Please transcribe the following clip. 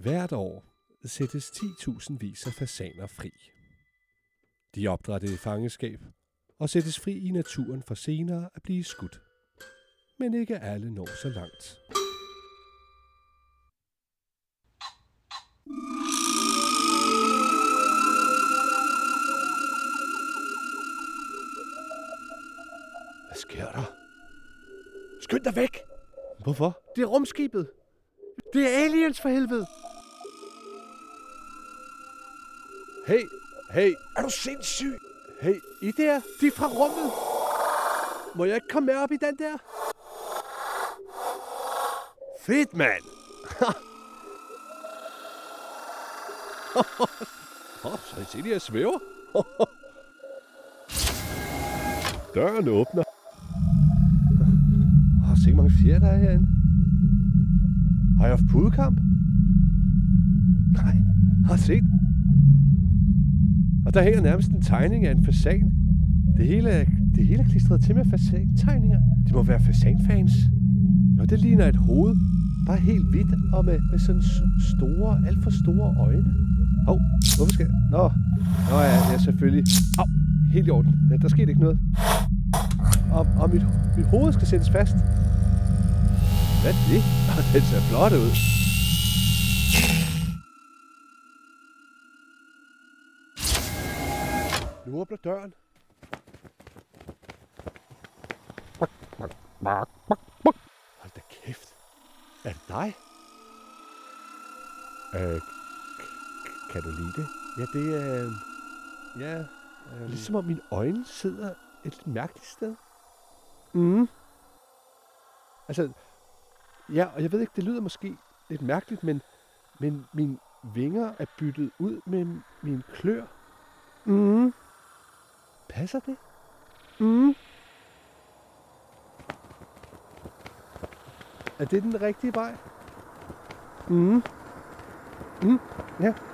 Hvert år sættes 10.000 vis af fasaner fri. De er opdrættet i fangenskab og sættes fri i naturen for senere at blive skudt. Men ikke alle når så langt. Hvad sker der? Skynd dig væk! Hvorfor? Det er rumskibet! Det er aliens for helvede! Hey, Er du sindssyg? hey, I der? De er fra rummet! Må jeg ikke komme med op i den der? Fedt, mand! Så I ser, de her svæver? Døren åbner. Se mange fjer, der er herinde. Har jeg haft pudekamp? Nej, har set. Og der hænger nærmest en tegning af en fasan. Det hele er klistret til med fasantegninger. Det må være fasanfans. Og det ligner et hoved. Bare helt hvidt og med sådan store, alt for store øjne. Hvorfor skal jeg? Nå ja, selvfølgelig. Helt i orden. Ja, der skete ikke noget. Og mit hoved skal sættes fast. Hvad er det? Den ser flot ud. Nu åbner døren. Hold da kæft. Er det dig? Kan du lide det? Ja, det er... Ligesom om mine øjne sidder et lidt mærkeligt sted. Altså... Ja, og jeg ved ikke, det lyder måske lidt mærkeligt, men mine vinger er byttet ud med mine klør. Passer det? Er det den rigtige vej? Ja.